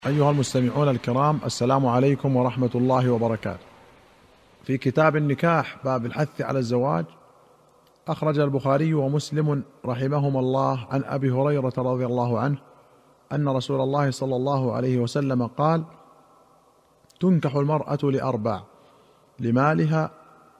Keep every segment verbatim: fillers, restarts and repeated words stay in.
أيها المستمعون الكرام، السلام عليكم ورحمة الله وبركاته. في كتاب النكاح باب الحث على الزواج، أخرج البخاري ومسلم رحمهما الله عن أبي هريرة رضي الله عنه أن رسول الله صلى الله عليه وسلم قال: تنكح المرأة لأربع: لمالها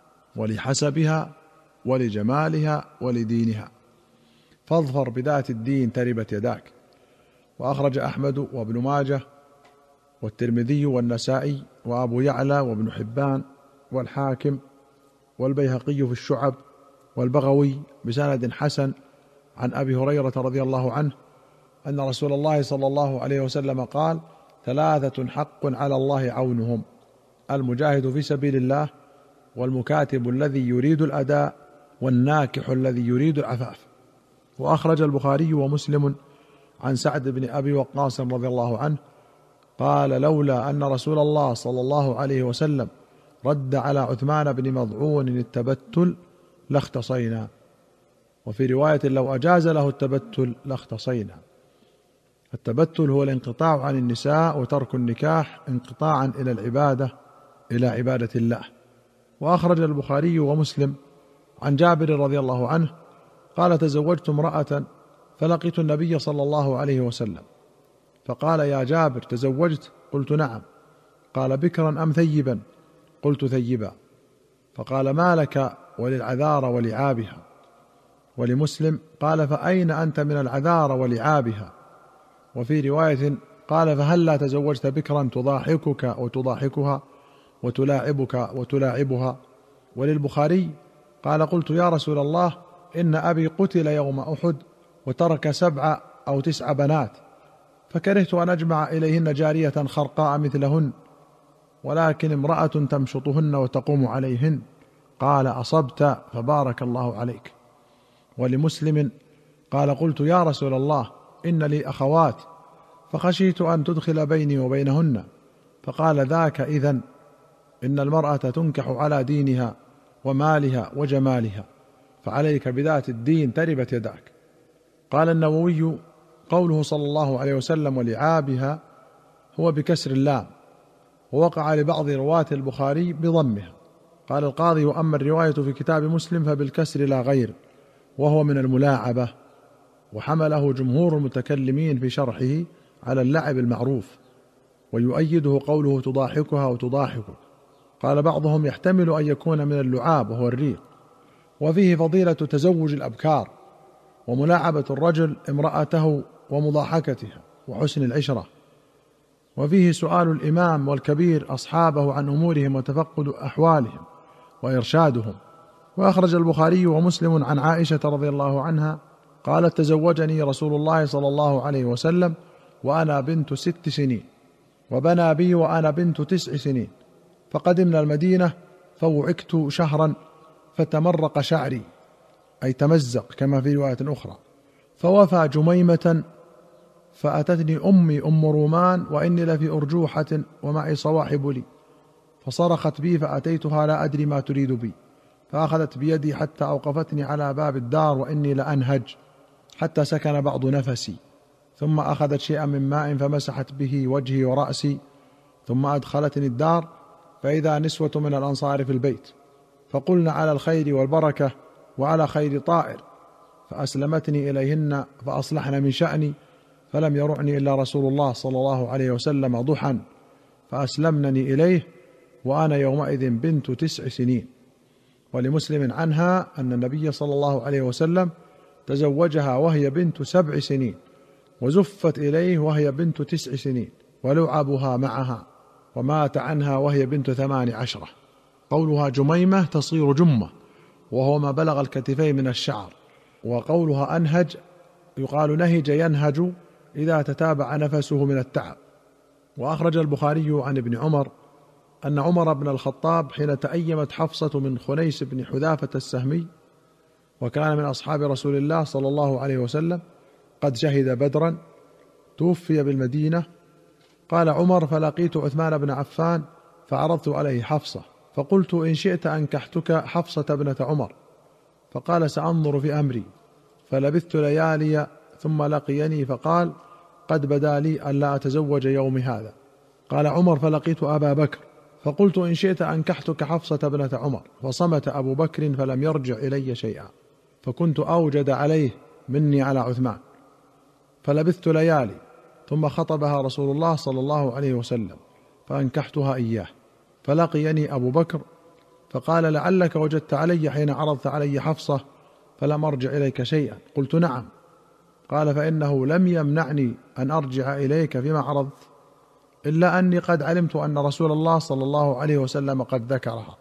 ولحسبها ولجمالها ولدينها، فاظفر بذات الدين تربت يداك. وأخرج أحمد وابن ماجه والترمذي والنسائي وأبو يعلى وابن حبان والحاكم والبيهقي في الشعب والبغوي بسند حسن عن أبي هريرة رضي الله عنه أن رسول الله صلى الله عليه وسلم قال: ثلاثة حق على الله عونهم: المجاهد في سبيل الله، والمكاتب الذي يريد الأداء، والناكح الذي يريد العفاف. وأخرج البخاري ومسلم عن سعد بن أبي وقاص رضي الله عنه قال: لولا أن رسول الله صلى الله عليه وسلم رد على عثمان بن مظعون التبتل لاختصينا. وفي رواية: لو أجاز له التبتل لاختصينا. التبتل هو الانقطاع عن النساء وترك النكاح انقطاعا إلى العبادة إلى عبادة الله. وأخرج البخاري ومسلم عن جابر رضي الله عنه قال: تزوجت امرأة فلقيت النبي صلى الله عليه وسلم فقال: يا جابر، تزوجت؟ قلت: نعم. قال: بكرا أم ثيبا؟ قلت: ثيبا. فقال: ما لك وللعذار ولعابها؟ ولمسلم قال: فأين أنت من العذار ولعابها؟ وفي رواية قال: فهلا تزوجت بكرا تضاحكك وتضاحكها وتلاعبك وتلاعبها؟ وللبخاري قال: قلت: يا رسول الله، إن أبي قتل يوم أحد وترك سبع أو تسع بنات، فكرهت أن أجمع إليهن جارية خرقاء مثلهن، ولكن امرأة تمشطهن وتقوم عليهن. قال: أصبت، فبارك الله عليك. ولمسلم قال: قلت: يا رسول الله، إن لي أخوات فخشيت أن تدخل بيني وبينهن. فقال: ذاك إذن، إن المرأة تنكح على دينها ومالها وجمالها، فعليك بذات الدين تربت يداك. قال النووي: قوله صلى الله عليه وسلم ولعابها هو بكسر اللام، ووقع لبعض رواة البخاري بضمها. قال القاضي: وأما الرواية في كتاب مسلم فبالكسر لا غير، وهو من الملاعبة، وحمله جمهور المتكلمين في شرحه على اللعب المعروف، ويؤيده قوله تضاحكها وتضاحكك. قال بعضهم: يحتمل أن يكون من اللعاب وهو الريق. وفيه فضيلة تزوج الأبكار وملاعبة الرجل امرأته ومضاحكتها وحسن العشرة. وفيه سؤال الإمام والكبير أصحابه عن أمورهم وتفقد أحوالهم وإرشادهم. وأخرج البخاري ومسلم عن عائشة رضي الله عنها قالت: تزوجني رسول الله صلى الله عليه وسلم وأنا بنت ست سنين، وبنى بي وأنا بنت تسع سنين، فقدمنا المدينة فوعكت شهرا فتمرق شعري، أي تمزق كما في رواية أخرى، فوفى جميمة فأتتني أمي أم رومان وإني لفي أرجوحة ومعي صواحب لي، فصرخت بي فأتيتها لا أدري ما تريد بي، فأخذت بيدي حتى أوقفتني على باب الدار وإني لأنهج حتى سكن بعض نفسي، ثم أخذت شيئا من ماء فمسحت به وجهي ورأسي، ثم أدخلتني الدار فإذا نسوة من الأنصار في البيت، فقلنا على الخير والبركة وعلى خير طائر، فأسلمتني إليهن فأصلحن من شأني، فلم يرعني إلا رسول الله صلى الله عليه وسلم ضحى فأسلمنني إليه وأنا يومئذ بنت تسع سنين. ولمسلم عنها أن النبي صلى الله عليه وسلم تزوجها وهي بنت سبع سنين، وزفت إليه وهي بنت تسع سنين، ولعبها معها، ومات عنها وهي بنت ثمان عشرة. قولها جميمة تصير جمة، وهو ما بلغ الكتفين من الشعر. وقولها أنهج يقال نهج ينهج إذا تتابع نفسه من التعب. وأخرج البخاري عن ابن عمر أن عمر بن الخطاب حين تأيمت حفصة من خنيس بن حذافة السهمي، وكان من أصحاب رسول الله صلى الله عليه وسلم قد شهد بدرا، توفي بالمدينة. قال عمر: فلقيت عثمان بن عفان فعرضت عليه حفصة، فقلت: إن شئت أنكحتك حفصة ابنة عمر. فقال: سأنظر في أمري. فلبثت ليالي ثم لقيني فقال: قد بدا لي ألا أتزوج يوم هذا. قال عمر: فلقيت أبا بكر فقلت: إن شئت أنكحتك حفصة ابنة عمر. فصمت أبو بكر فلم يرجع إلي شيئا، فكنت أوجد عليه مني على عثمان. فلبثت ليالي، ثم خطبها رسول الله صلى الله عليه وسلم فأنكحتها إياه. فلقيني أبو بكر فقال: لعلك وجدت علي حين عرضت علي حفصة فلم أرجع إليك شيئا. قلت: نعم. قال: فإنه لم يمنعني أن أرجع إليك فيما عرضت إلا أني قد علمت أن رسول الله صلى الله عليه وسلم قد ذكرها،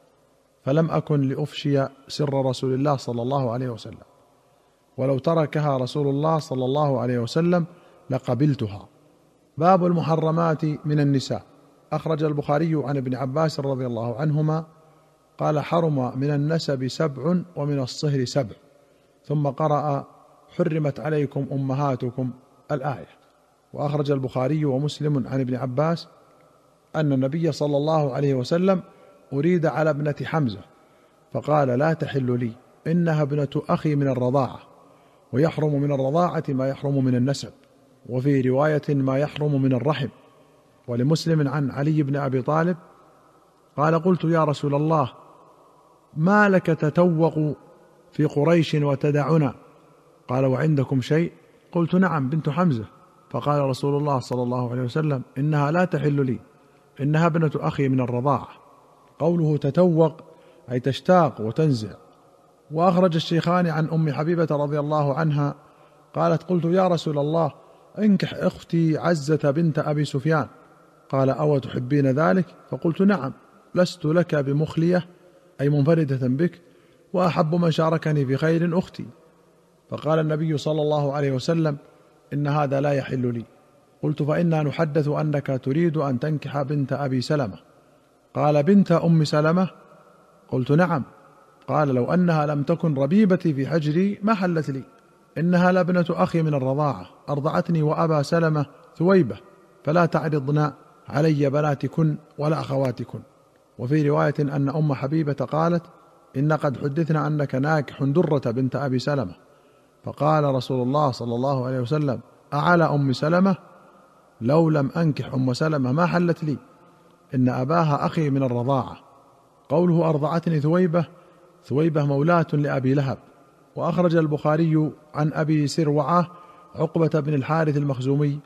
فلم أكن لأفشي سر رسول الله صلى الله عليه وسلم، ولو تركها رسول الله صلى الله عليه وسلم لقبلتها. باب المحرمات من النساء. أخرج البخاري عن ابن عباس رضي الله عنهما قال: حرم من النسب سبع ومن الصهر سبع، ثم قرأ: حرمت عليكم أمهاتكم الآية. وأخرج البخاري ومسلم عن ابن عباس أن النبي صلى الله عليه وسلم أريد على ابنة حمزة فقال: لا تحل لي، إنها ابنة أخي من الرضاعة، ويحرم من الرضاعة ما يحرم من النسب، وفي رواية ما يحرم من الرحم. ولمسلم عن علي بن أبي طالب قال: قلت: يا رسول الله، ما لك تتوق في قريش وتدعنا؟ قال: وعندكم شيء؟ قلت: نعم، بنت حمزة. فقال رسول الله صلى الله عليه وسلم: إنها لا تحل لي، إنها ابنة أخي من الرضاعة. قوله تتوق أي تشتاق وتنزع. وأخرج الشيخان عن أم حبيبة رضي الله عنها قالت: قلت: يا رسول الله، انكح أختي عزة بنت أبي سفيان. قال: أو تحبين ذلك؟ فقلت: نعم، لست لك بمخلية أي منفردة بك، وأحب من شاركني في خير أختي. فقال النبي صلى الله عليه وسلم: إن هذا لا يحل لي. قلت: فإنا نحدث أنك تريد أن تنكح بنت أبي سلمة. قال: بنت أم سلمة؟ قلت: نعم. قال: لو أنها لم تكن ربيبتي في حجري ما حلت لي، إنها لابنة أخي من الرضاعة، أرضعتني وأبا سلمة ثويبة، فلا تعرضن علي بناتكن ولا أخواتكن. وفي رواية أن أم حبيبة قالت: إن قد حدثنا أنك ناكح درة بنت أبي سلمة. فقال رسول الله صلى الله عليه وسلم: أعلى أم سلمة؟ لو لم أنكح أم سلمة ما حلت لي، إن أباها أخي من الرضاعة. قوله أرضعتني ثويبة، ثويبة مولاة لأبي لهب. وأخرج البخاري عن أبي سروعة عقبة بن الحارث المخزومي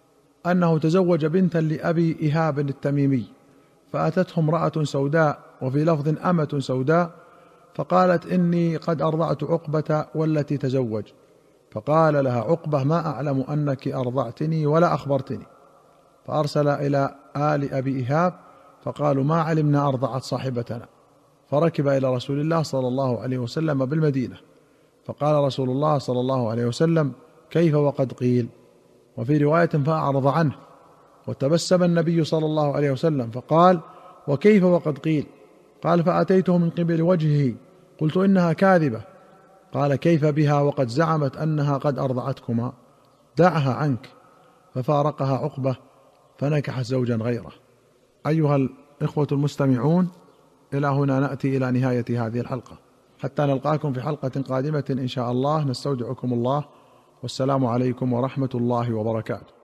أنه تزوج بنتا لأبي إيهاب التميمي، فأتته امرأة سوداء، وفي لفظ أمة سوداء، فقالت: إني قد أرضعت عقبة والتي تزوج. فقال لها عقبة: ما أعلم أنك أرضعتني ولا أخبرتني. فأرسل إلى آل أبي إيهاب فقالوا: ما علمنا أرضعت صاحبتنا. فركب إلى رسول الله صلى الله عليه وسلم بالمدينة، فقال رسول الله صلى الله عليه وسلم: كيف وقد قيل؟ وفي رواية: فأعرض عنه. وتبسم النبي صلى الله عليه وسلم فقال: وكيف وقد قيل؟ قال: فأتيته من قبل وجهه، قلت: إنها كاذبة. قال: كيف بها وقد زعمت أنها قد أرضعتكما؟ دعها عنك. ففارقها عقبة فنكحت زوجا غيره. أيها الإخوة المستمعون، إلى هنا نأتي إلى نهاية هذه الحلقة، حتى نلقاكم في حلقة قادمة إن شاء الله. نستودعكم الله، والسلام عليكم ورحمة الله وبركاته.